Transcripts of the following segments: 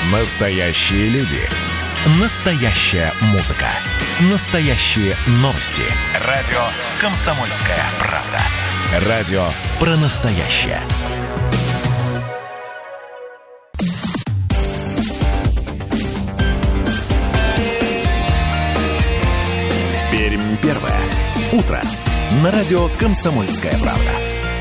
Настоящие люди. Настоящая музыка. Настоящие новости. Радио «Комсомольская правда». Радио про настоящее. Пермь первое. Утро. На радио «Комсомольская правда».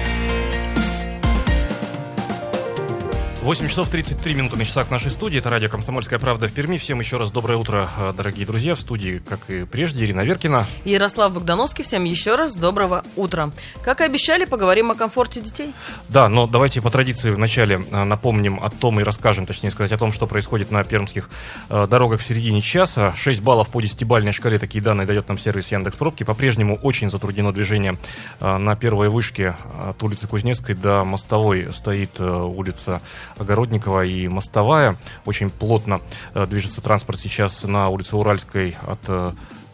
8 часов 33 минуты на часах в нашей студии. Это радио «Комсомольская правда» в Перми. Всем еще раз доброе утро, дорогие друзья. В студии, как и прежде, Ирина Веркина. И Ярослав Богдановский. Всем еще раз доброго утра. Как и обещали, поговорим о комфорте детей. Да, но давайте по традиции вначале напомним о том и расскажем, точнее сказать, о том, что происходит на пермских дорогах в середине часа. 6 баллов по 10-бальной шкале. Такие данные дает нам сервис Яндекс.Пробки. По-прежнему очень затруднено движение на первой вышке от улицы Кузнецкой до Мостовой. Стоит улица Огородникова и Мостовая. Очень плотно движется транспорт сейчас на улице Уральской от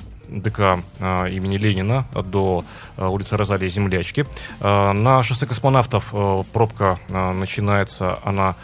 ДК имени Ленина до улицы Розалии Землячки. На шоссе Космонавтов пробка начинается, она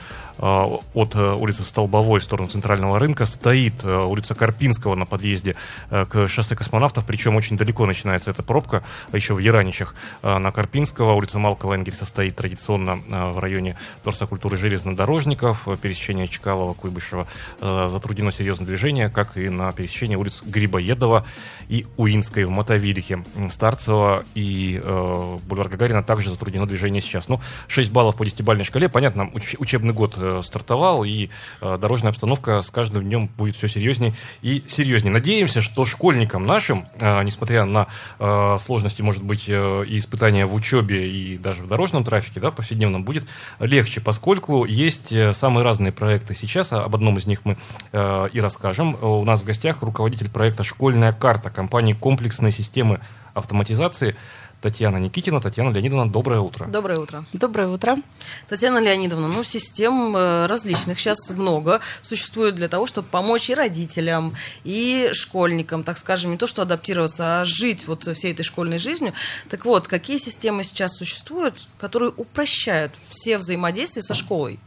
от улицы Столбовой в сторону Центрального рынка. Стоит улица Карпинского на подъезде к шоссе Космонавтов, причем очень далеко начинается эта пробка, еще в Яраничах на Карпинского. Улица Малкова Энгельса стоит традиционно в районе Дворца культуры железнодорожников. Пересечение Чкалова, Куйбышева затруднено серьезное движение, как и на пересечении улиц Грибоедова и Уинской в Мотовилихе. Старцево и бульвар Гагарина также затруднено движение сейчас. 6 баллов по 10-бальной шкале. Понятно, учебный год стартовал, и дорожная обстановка с каждым днем будет все серьезнее и серьезнее. Надеемся, что школьникам нашим, несмотря на сложности, может быть, и испытания в учебе, и даже в дорожном трафике, да, повседневном, будет легче, поскольку есть самые разные проекты сейчас. Об одном из них мы и расскажем. У нас в гостях руководитель проекта «Школьная карта» компании комплексной системы автоматизации Татьяна Никитина. Татьяна Леонидовна, доброе утро. Доброе утро. Доброе утро. Татьяна Леонидовна, систем различных сейчас много существует для того, чтобы помочь и родителям, и школьникам, так скажем, не то что адаптироваться, а жить вот всей этой школьной жизнью. Так вот, какие системы сейчас существуют, которые упрощают все взаимодействия со школой?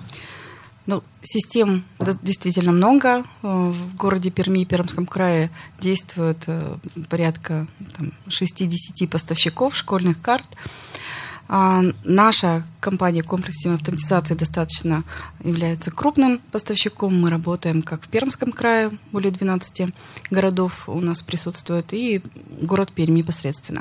Систем действительно много. В городе Перми и Пермском крае действует порядка 60 поставщиков школьных карт. Наша компания «Комплекс системы автоматизации» достаточно является крупным поставщиком. Мы работаем как в Пермском крае, более 12 городов у нас присутствует, и город Пермь непосредственно.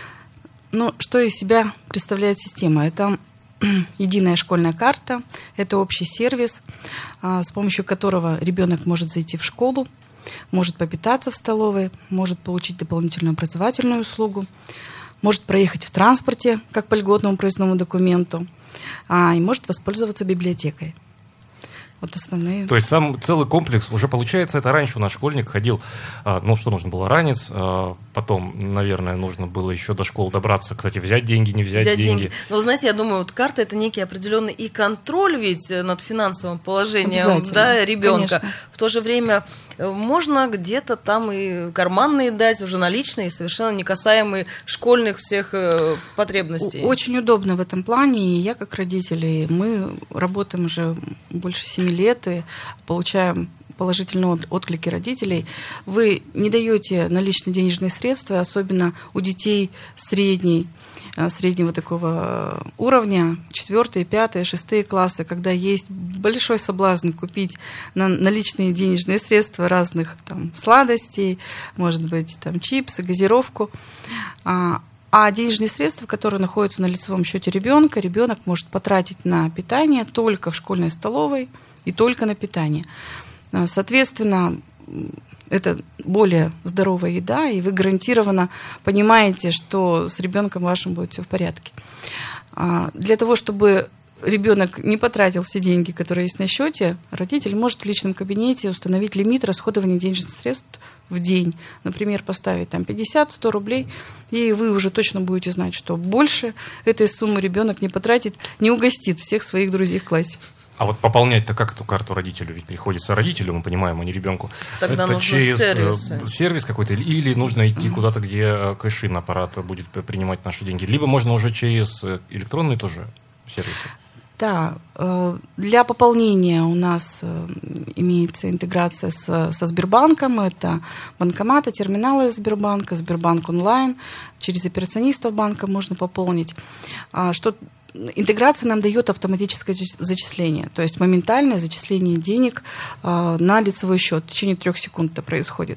Что из себя представляет система? Это единая школьная карта, это общий сервис, с помощью которого ребенок может зайти в школу, может попитаться в столовой, может получить дополнительную образовательную услугу, может проехать в транспорте, как по льготному проездному документу, и может воспользоваться библиотекой. Вот основные. То есть сам целый комплекс уже получается. Это раньше у нас школьник ходил, что нужно было, ранец, потом, наверное, нужно было еще до школы добраться, кстати, взять деньги, не взять деньги. Знаете, я думаю, карта — это некий определенный и контроль ведь над финансовым положением ребенка. Конечно. В то же время можно где-то там и карманные дать, уже наличные, совершенно не касаемые школьных всех потребностей. Очень удобно в этом плане. И я, как родители, мы работаем уже больше 7 лет и получаем положительные отклики родителей. Вы не даете наличные денежные средства, особенно у детей среднего такого уровня, 4, 5, 6 классы, когда есть большой соблазн купить наличные денежные средства разных сладостей, может быть, чипсы, газировку. А денежные средства, которые находятся на лицевом счете ребенка, ребенок может потратить на питание только в школьной столовой и только на питание. Соответственно, это более здоровая еда, и вы гарантированно понимаете, что с ребенком вашим будет все в порядке. Для того, чтобы ребенок не потратил все деньги, которые есть на счете, родитель может в личном кабинете установить лимит расходования денежных средств в день. Например, поставить 50-100 рублей, и вы уже точно будете знать, что больше этой суммы ребенок не потратит, не угостит всех своих друзей в классе. А вот пополнять-то как эту карту родителю? Ведь приходится родителю, мы понимаем, а не ребенку. Тогда это нужно через сервис какой-то, или нужно идти куда-то, где кэшин аппарат будет принимать наши деньги, либо можно уже через электронные тоже сервисы. Да, для пополнения у нас имеется интеграция со Сбербанком. Это банкоматы, терминалы Сбербанка, Сбербанк онлайн. Через операционистов банка можно пополнить. Интеграция нам дает автоматическое зачисление, то есть моментальное зачисление денег на лицевой счет. В течение 3 секунд это происходит.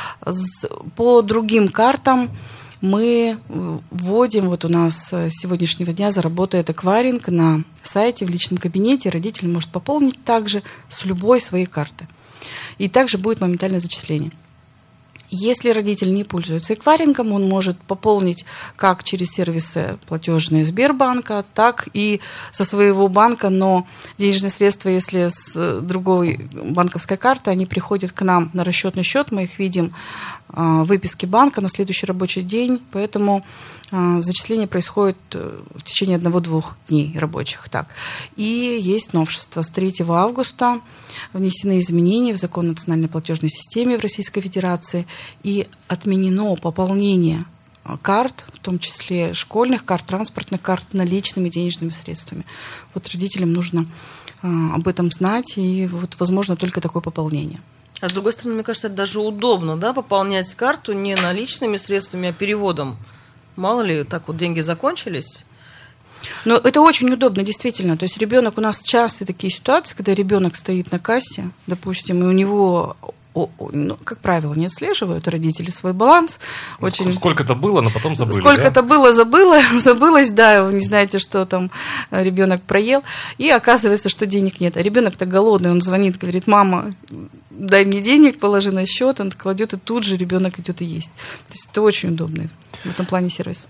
По другим картам мы вводим, вот у нас с сегодняшнего дня заработает эквайринг на сайте, в личном кабинете. Родитель может пополнить также с любой своей карты. И также будет моментальное зачисление. Если родитель не пользуется эквайрингом, он может пополнить как через сервисы платежные Сбербанка, так и со своего банка, но денежные средства, если с другой банковской карты, они приходят к нам на расчетный счет, мы их видим в выписке банка на следующий рабочий день, поэтому зачисление происходит в течение 1-2 дней рабочих. Так. И есть новшество. С 3 августа внесены изменения в закон о национальной платежной системе в Российской Федерации, и отменено пополнение карт, в том числе школьных карт, транспортных карт, наличными денежными средствами. Вот родителям нужно об этом знать, и вот возможно только такое пополнение. А с другой стороны, мне кажется, это даже удобно, да, пополнять карту не наличными средствами, а переводом. Мало ли, так вот деньги закончились. Но это очень удобно, действительно. То есть ребенок, у нас часто такие ситуации, когда ребенок стоит на кассе, допустим, и у него, как правило, не отслеживают родители свой баланс. Очень... Сколько-то было, но потом забыли. Сколько-то было, забылось, да, вы не знаете, что там ребенок проел, и оказывается, что денег нет. А ребенок-то голодный, он звонит, говорит: мама, дай мне денег, положи на счет, он кладет, и тут же ребенок идет и есть. То есть это очень удобный в этом плане сервис.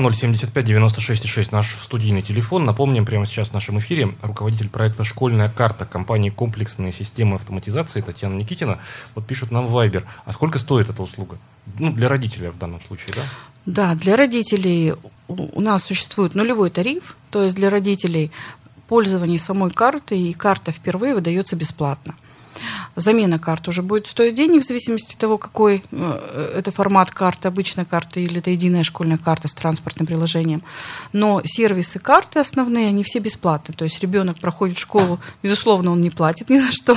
2075-96-6 наш студийный телефон. Напомним, прямо сейчас в нашем эфире руководитель проекта «Школьная карта» компании «Комплексные системы автоматизации» Татьяна Никитина. Вот пишут нам в Viber. А сколько стоит эта услуга? Ну, для родителя в данном случае, да? Да, для родителей у нас существует нулевой тариф, то есть для родителей пользование самой картой, и карта впервые выдается бесплатно. Замена карты уже будет стоить денег в зависимости от того, какой это формат карты, обычная карта или это единая школьная карта с транспортным приложением. Но сервисы карты основные, они все бесплатны. То есть ребенок проходит школу, безусловно, он не платит ни за что,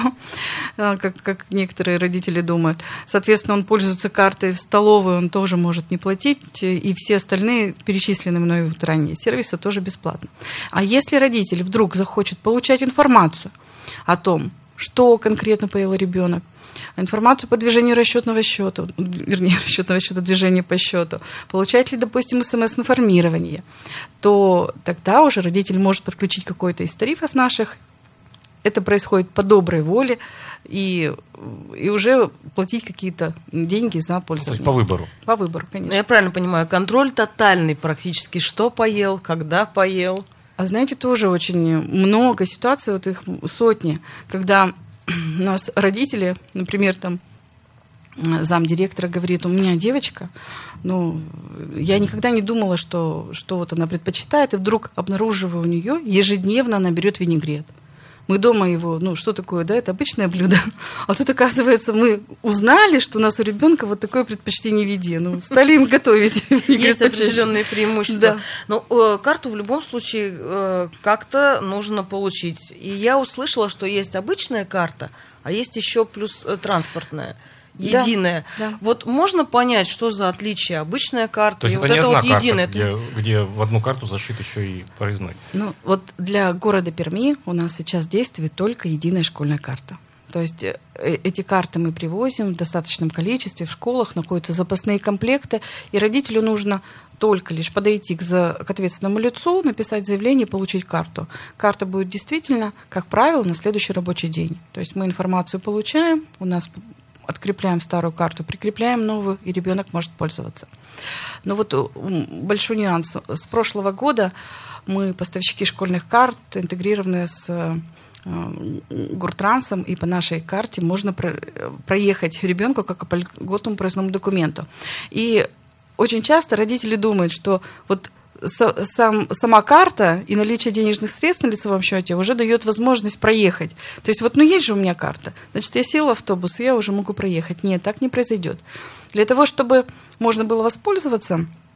как некоторые родители думают. Соответственно, он пользуется картой в столовой, он тоже может не платить, и все остальные перечисленные мной вот ранее сервисы тоже бесплатно. А если родитель вдруг захочет получать информацию о том, что конкретно поел ребенок, информацию по движению расчетного счета, расчетного счета движения по счету, получает ли, допустим, СМС-информирование, то тогда уже родитель может подключить какой-то из тарифов наших. Это происходит по доброй воле, и уже платить какие-то деньги за пользование. То есть по выбору. По выбору, конечно. Я правильно понимаю, контроль тотальный практически, что поел, когда поел. А знаете, тоже очень много ситуаций, вот их сотни, когда у нас родители, например, там замдиректора говорит: у меня девочка, я никогда не думала, что вот она предпочитает, и вдруг обнаруживаю у нее, ежедневно она берет винегрет. Мы дома его, что такое, да, это обычное блюдо. А тут, оказывается, мы узнали, что у нас у ребенка вот такое предпочтение в еде. Стали им готовить. Есть определенные преимущества. Да. Но карту в любом случае как-то нужно получить. И я услышала, что есть обычная карта, а есть еще плюс транспортная. Единая. Да. Вот можно понять, что за отличие обычная карта. То есть и это вот не это одна вот карта, единая. где в одну карту зашит еще и проездной. Вот для города Перми у нас сейчас действует только единая школьная карта. То есть эти карты мы привозим в достаточном количестве, в школах находятся запасные комплекты, и родителю нужно только лишь подойти к ответственному лицу, написать заявление, получить карту. Карта будет действительно, как правило, на следующий рабочий день. То есть мы информацию получаем, у нас открепляем старую карту, прикрепляем новую, и ребенок может пользоваться. Но вот большой нюанс. С прошлого года мы, поставщики школьных карт, интегрированные с Гортрансом, и по нашей карте можно проехать ребенку как по льготному проездному документу. И очень часто родители думают, что вот сама карта и наличие денежных средств на лицевом счете уже дает возможность проехать. То есть есть же у меня карта, значит, я села в автобус, и я уже могу проехать. Нет, так не произойдет. Для того, чтобы можно было воспользоваться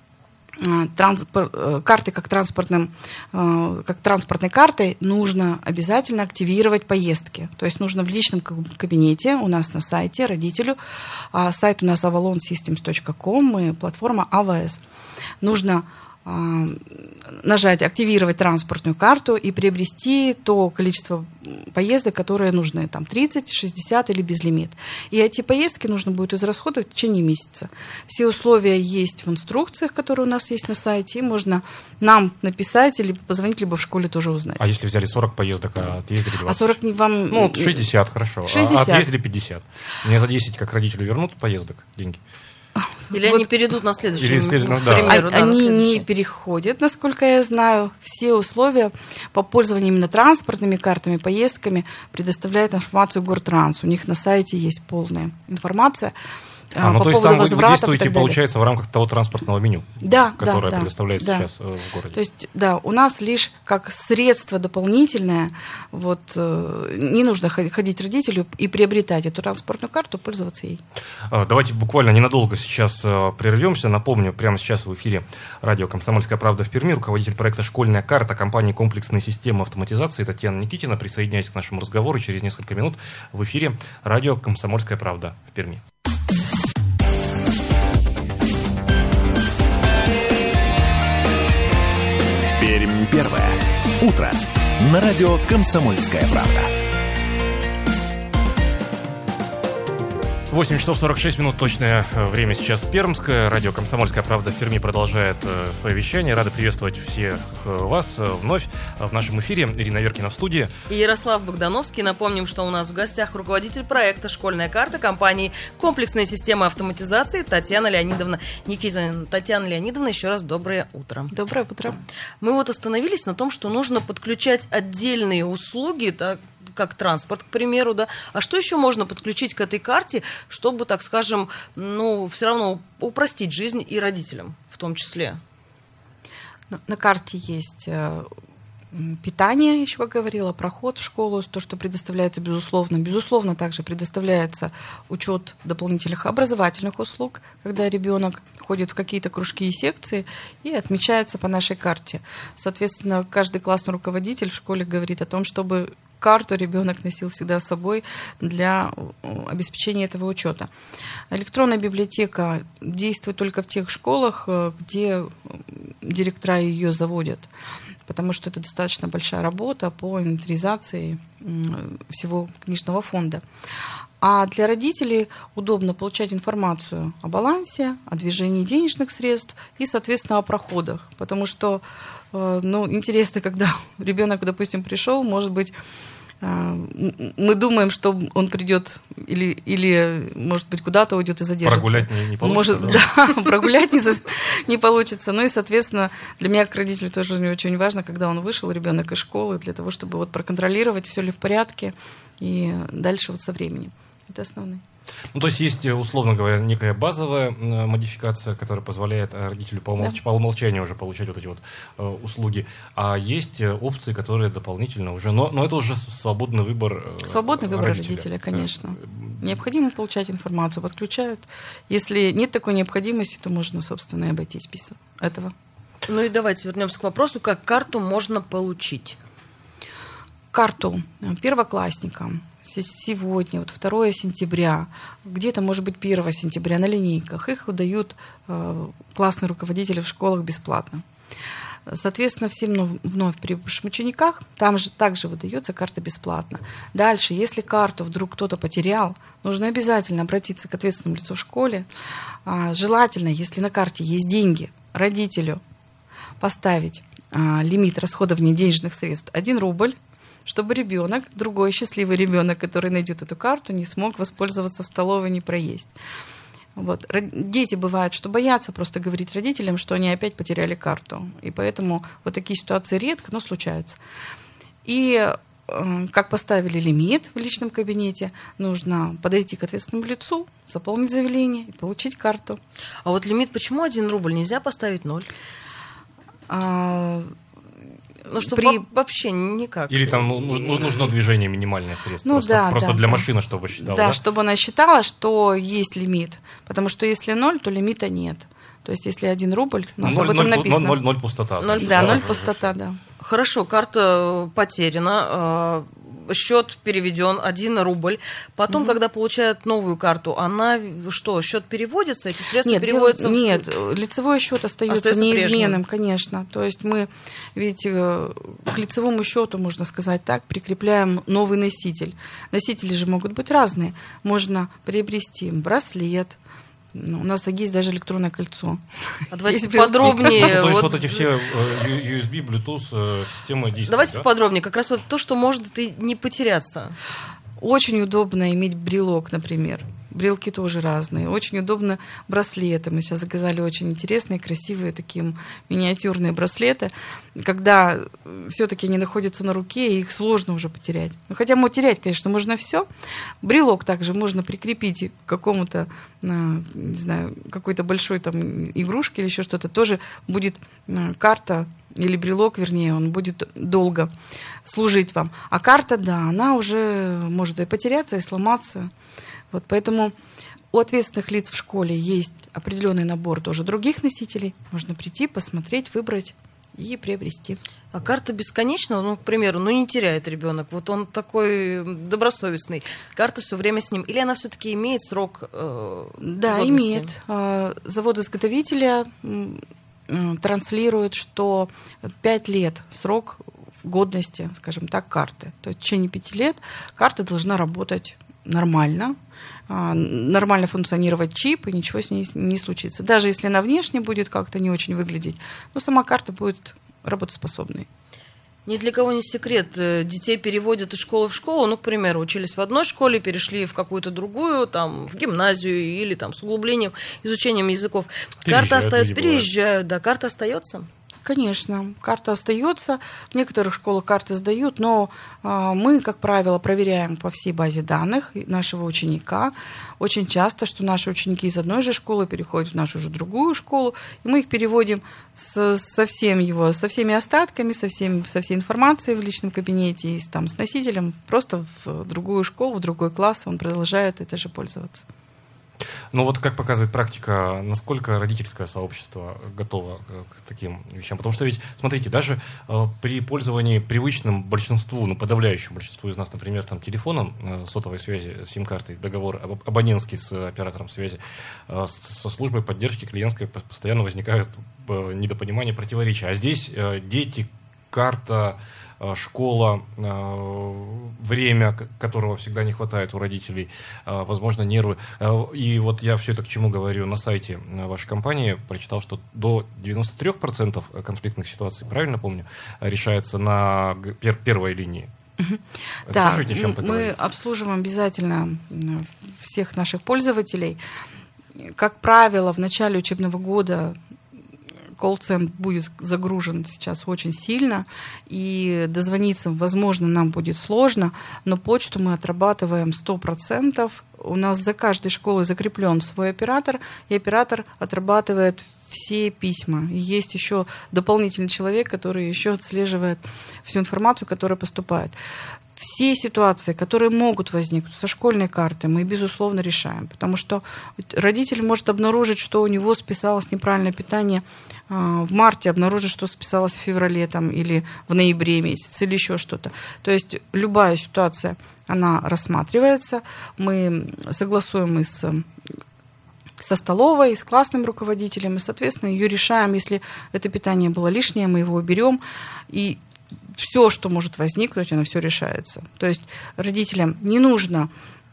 карты как транспортной картой нужно обязательно активировать поездки. То есть нужно в личном кабинете у нас на сайте родителю, сайт у нас avalonsystems.com и платформа АВС. Нужно нажать «Активировать транспортную карту» и приобрести то количество поездок, которые нужны, там 30, 60 или безлимит. И эти поездки нужно будет израсходовать в течение месяца. Все условия есть в инструкциях, которые у нас есть на сайте, и можно нам написать или позвонить, либо в школе тоже узнать. А если взяли 40 поездок, а отъездили 20? А 40 не вам... Ну, 60, хорошо. 60. А отъездили 50. Мне за 10 как родителю вернут поездок деньги? Или они перейдут на следующий, да. примеру, Они не переходят, насколько я знаю. Все условия по пользованию именно транспортными картами, поездками предоставляет информацию Гортранс. У них на сайте есть полная информация по то есть поводу там вы действуете, и так далее. получается, в рамках того транспортного меню, которое предоставляется сейчас в городе. То есть, да, у нас лишь как средство дополнительное, не нужно ходить родителю и приобретать эту транспортную карту, пользоваться ей. Давайте буквально ненадолго сейчас прервемся. Напомню, прямо сейчас в эфире радио «Комсомольская правда» в Перми, руководитель проекта «Школьная карта» компании «Комплексные системы автоматизации» Татьяна Никитина. Присоединяйтесь к нашему разговору через несколько минут в эфире радио «Комсомольская правда» в Перми. Пермь первое. Утро. На радио «Комсомольская правда». 8 часов 46 минут, точное время сейчас пермское. Радио «Комсомольская правда» в Перми продолжает свое вещание. Рады приветствовать всех вас вновь в нашем эфире. Ирина Веркина в студии. И Ярослав Богдановский. Напомним, что у нас в гостях руководитель проекта «Школьная карта» компании «Комплексные системы автоматизации» Татьяна Леонидовна Никитина. Татьяна Леонидовна, еще раз доброе утро. Доброе утро. Мы остановились на том, что нужно подключать отдельные услуги, как транспорт, к примеру, да. А что еще можно подключить к этой карте, чтобы, так скажем, все равно упростить жизнь и родителям в том числе? На карте есть питание, еще, как говорила, проход в школу, то, что предоставляется, безусловно. Безусловно, также предоставляется учет дополнительных образовательных услуг, когда ребенок ходит в какие-то кружки и секции и отмечается по нашей карте. Соответственно, каждый классный руководитель в школе говорит о том, чтобы карту ребенок носил всегда с собой для обеспечения этого учета. Электронная библиотека действует только в тех школах, где директора ее заводят, потому что это достаточно большая работа по инвентаризации всего книжного фонда. А для родителей удобно получать информацию о балансе, о движении денежных средств и, соответственно, о проходах. Потому что, интересно, когда ребенок, допустим, пришел, может быть, мы думаем, что он придет или может быть, куда-то уйдет и задержится. Прогулять не получится. Прогулять не получится. Ну и, соответственно, для меня, как родителю, тоже очень важно, когда он вышел, ребенок из школы, для того, чтобы проконтролировать, все ли в порядке, и дальше со временем. Это основное. То есть, условно говоря, некая базовая модификация, которая позволяет родителю по умолчанию уже получать эти услуги. А есть опции, которые дополнительно уже... Но это уже свободный выбор Свободный выбор родителя, конечно. Необходимо получать информацию, подключают. Если нет такой необходимости, то можно, собственно, и обойтись без этого. Ну и давайте вернемся к вопросу, как карту можно получить. Карту первоклассникам сегодня, 2 сентября, где-то, может быть, 1 сентября на линейках, их выдают классные руководители в школах бесплатно. Соответственно, всем вновь прибывшим ученикам там же также выдается карта бесплатно. Дальше, если карту вдруг кто-то потерял, нужно обязательно обратиться к ответственному лицу в школе. Желательно, если на карте есть деньги, родителю поставить лимит расходования денежных средств 1 рубль, чтобы ребенок, другой счастливый ребенок, который найдет эту карту, не смог воспользоваться в столовой, не проесть. Дети бывают, что боятся просто говорить родителям, что они опять потеряли карту. И поэтому такие ситуации редко, но случаются. И как поставили лимит в личном кабинете, нужно подойти к ответственному лицу, заполнить заявление и получить карту. А лимит почему 1 рубль? Нельзя поставить 0? Чтобы вообще никак. Или там нужно движение минимальное средство. Просто для машины, чтобы считала. Да, чтобы она считала, что есть лимит. Потому что если 0, то лимита нет. То есть, если 1 рубль, у нас об этом написано. 0 пустота. Да, 0 пустота, да. Хорошо, карта потеряна, счет переведен 1 рубль. Потом, когда получают новую карту, она что, счет переводится, эти средства переводятся? Нет, лицевой счет остается неизменным, конечно. То есть мы ведь к лицевому счету, можно сказать так, прикрепляем новый носитель. Носители же могут быть разные. Можно приобрести браслет. У нас есть даже электронное кольцо. А давайте подробнее. То есть вот эти все USB, Bluetooth системы действуют. Давайте поподробнее. Как раз вот то, что может и не потеряться. Очень удобно иметь брелок, например. Брелки тоже разные. Очень удобно браслеты. Мы сейчас заказали очень интересные, красивые, такие миниатюрные браслеты. Когда все-таки они находятся на руке, их сложно уже потерять. Ну, хотя терять, конечно, можно все. Брелок также можно прикрепить к какому-то, не знаю, какой-то большой там игрушке или еще что-то. Тоже будет карта или брелок, вернее, он будет долго служить вам. А карта, да, она уже может и потеряться, и сломаться. Вот поэтому у ответственных лиц в школе есть определенный набор тоже других носителей. Можно прийти, посмотреть, выбрать и приобрести. А карта бесконечна, к примеру, не теряет ребенок. Вот он такой добросовестный. Карта все время с ним. Или она все-таки имеет срок Да, годности? имеет. Завод-изготовителя транслирует, что 5 лет срок годности, скажем так, карты. То есть в течение 5 лет карта должна работать нормально функционировать чип, и ничего с ней не случится. Даже если она внешне будет как-то не очень выглядеть, но сама карта будет работоспособной. Ни для кого не секрет. Детей переводят из школы в школу. К примеру, учились в одной школе, перешли в какую-то другую, в гимназию или с углублением, изучением языков. Карта остается, переезжают, да, карта остается. Конечно, карта остается. В некоторых школах карты сдают, но мы, как правило, проверяем по всей базе данных нашего ученика. Очень часто, что наши ученики из одной же школы переходят в нашу же другую школу, и мы их переводим со всеми остатками, со всей информацией в личном кабинете и с носителем просто в другую школу, в другой класс, он продолжает это же пользоваться. Как показывает практика, насколько родительское сообщество готово к таким вещам? Потому что ведь, смотрите, даже при пользовании привычным большинству, подавляющему большинству из нас, например, телефоном сотовой связи, сим-картой, договор абонентский с оператором связи, со службой поддержки клиентской постоянно возникают недопонимания, противоречия. А здесь дети, карта, школа, время, которого всегда не хватает у родителей, возможно, нервы. И я все это к чему говорю. На сайте вашей компании прочитал, что до 93% конфликтных ситуаций, правильно помню, решается на первой линии. Да, мы обслуживаем обязательно всех наших пользователей. Как правило, в начале учебного года колл-центр будет загружен сейчас очень сильно, и дозвониться, возможно, нам будет сложно, но почту мы отрабатываем 100%. У нас за каждой школой закреплен свой оператор, и оператор отрабатывает все письма. И есть еще дополнительный человек, который еще отслеживает всю информацию, которая поступает. Все ситуации, которые могут возникнуть со школьной карты, мы, безусловно, решаем. Потому что родитель может обнаружить, что у него списалось неправильное питание в марте, обнаружить, что списалось в феврале или в ноябре месяце, или еще что-то. То есть любая ситуация, она рассматривается. Мы согласуем и со столовой, с классным руководителем, и, соответственно, ее решаем. Если это питание было лишнее, мы его уберем. И все, что может возникнуть, оно все решается. То есть родителям не нужно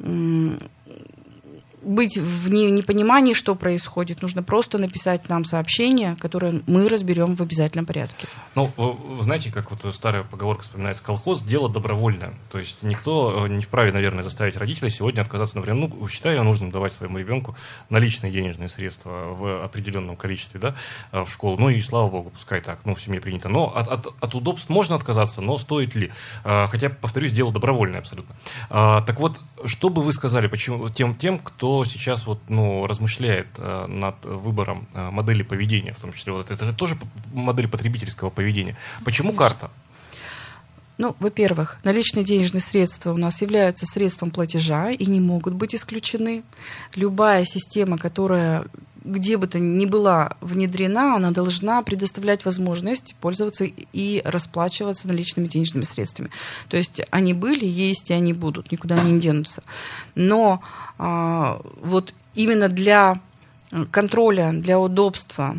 быть в непонимании, что происходит. Нужно просто написать нам сообщение, которое мы разберем в обязательном порядке. Вы знаете, как старая поговорка вспоминается, колхоз – дело добровольное. То есть никто не вправе, наверное, заставить родителей сегодня отказаться, например, считаю нужным давать своему ребенку наличные денежные средства в определенном количестве, да, в школу. И слава богу, пускай так, в семье принято. Но от удобств можно отказаться, но стоит ли? Хотя, повторюсь, дело добровольное абсолютно. Так вот, что бы вы сказали тем, кто сейчас размышляет над выбором модели поведения, в том числе это же тоже модель потребительского поведения. Почему карта? Во-первых, наличные денежные средства у нас являются средством платежа и не могут быть исключены. Любая система, которая где бы то ни была внедрена, она должна предоставлять возможность пользоваться и расплачиваться наличными денежными средствами. То есть они были, есть и они будут, никуда они не денутся. Но вот именно для контроля, для удобства,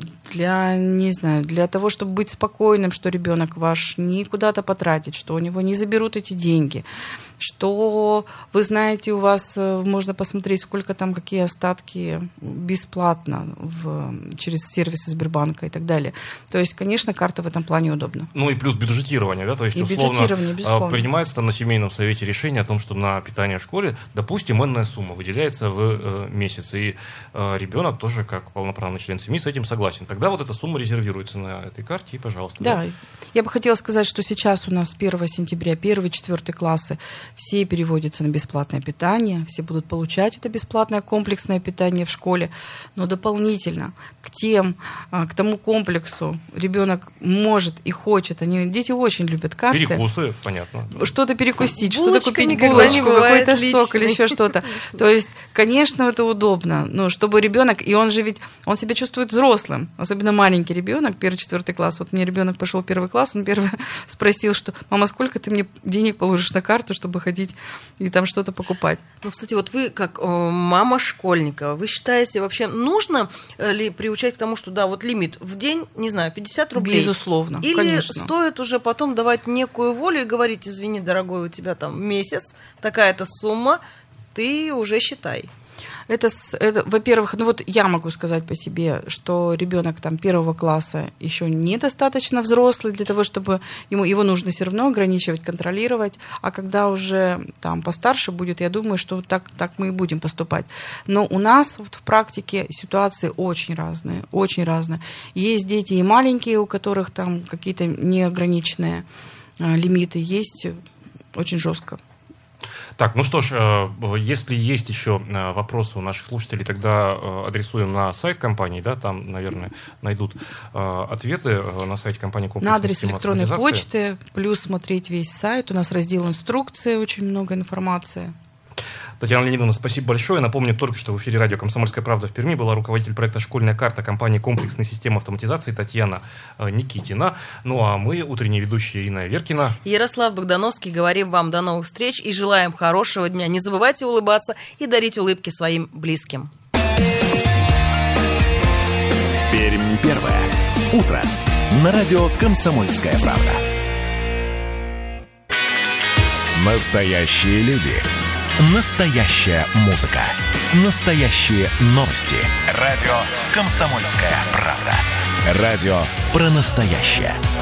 для того, чтобы быть спокойным, что ребенок ваш не куда-то потратит, что у него не заберут эти деньги, что, вы знаете, у вас можно посмотреть, сколько там, какие остатки бесплатно через сервисы Сбербанка и так далее. То есть, конечно, карта в этом плане удобна. Ну и плюс бюджетирование, да, то есть, условно, принимается там на семейном совете решение о том, что на питание в школе, допустим, энная сумма выделяется в месяц, и ребенок тоже, как полноправный член семьи, с этим согласен. Тогда вот эта сумма резервируется на этой карте, и, пожалуйста. Да, я бы хотела сказать, что сейчас у нас 1 сентября 1-4 классы все переводятся на бесплатное питание, все будут получать это бесплатное комплексное питание в школе, но дополнительно к тому комплексу ребенок может и хочет, дети очень любят карты. Перекусы, понятно. Что-то перекусить, что-то купить, булочку, какой-то сок или еще что-то. То есть, конечно, это удобно, но чтобы ребенок, и он себя чувствует взрослым, особенно маленький ребенок, 1-4 класс. Вот мне ребенок пошел в 1 класс, он первый спросил, что: мама, сколько ты мне денег положишь на карту, чтобы ходить и там что-то покупать? Ну, кстати, вот вы, как мама школьника, вы считаете, вообще нужно ли приучать к тому, что да, вот лимит в день, не знаю, 50 рублей? Безусловно, или конечно. Стоит уже потом давать некую волю и говорить: извини, дорогой, у тебя там месяц, такая-то сумма, ты уже считай. Это, во-первых, вот я могу сказать по себе, что ребенок там 1 класса еще недостаточно взрослый для того, чтобы его нужно все равно ограничивать, контролировать, а когда уже там постарше будет, я думаю, что так мы и будем поступать. Но у нас вот в практике ситуации очень разные, очень разные. Есть дети и маленькие, у которых там какие-то неограниченные лимиты, есть очень жестко. Так, ну что ж, если есть еще вопросы у наших слушателей, тогда адресуем на сайт компании, да, там, наверное, найдут ответы на сайте компании «Комплексная на адрес система электронной автоматизации». почты, плюс смотреть весь сайт, у нас раздел инструкции, очень много информации. Татьяна Леонидовна, спасибо большое. Напомню только, что в эфире радио «Комсомольская правда» в Перми была руководитель проекта «Школьная карта» компании «Комплексная система автоматизации» Татьяна Никитина. Ну а мы, утренние ведущие Ирина Веркина. Ярослав Богдановский. Говорим вам до новых встреч и желаем хорошего дня. Не забывайте улыбаться и дарить улыбки своим близким. Пермь первое. Утро. На радио «Комсомольская правда». Настоящие люди. Настоящая музыка. Настоящие новости. Радио «Комсомольская правда». Радио про настоящее.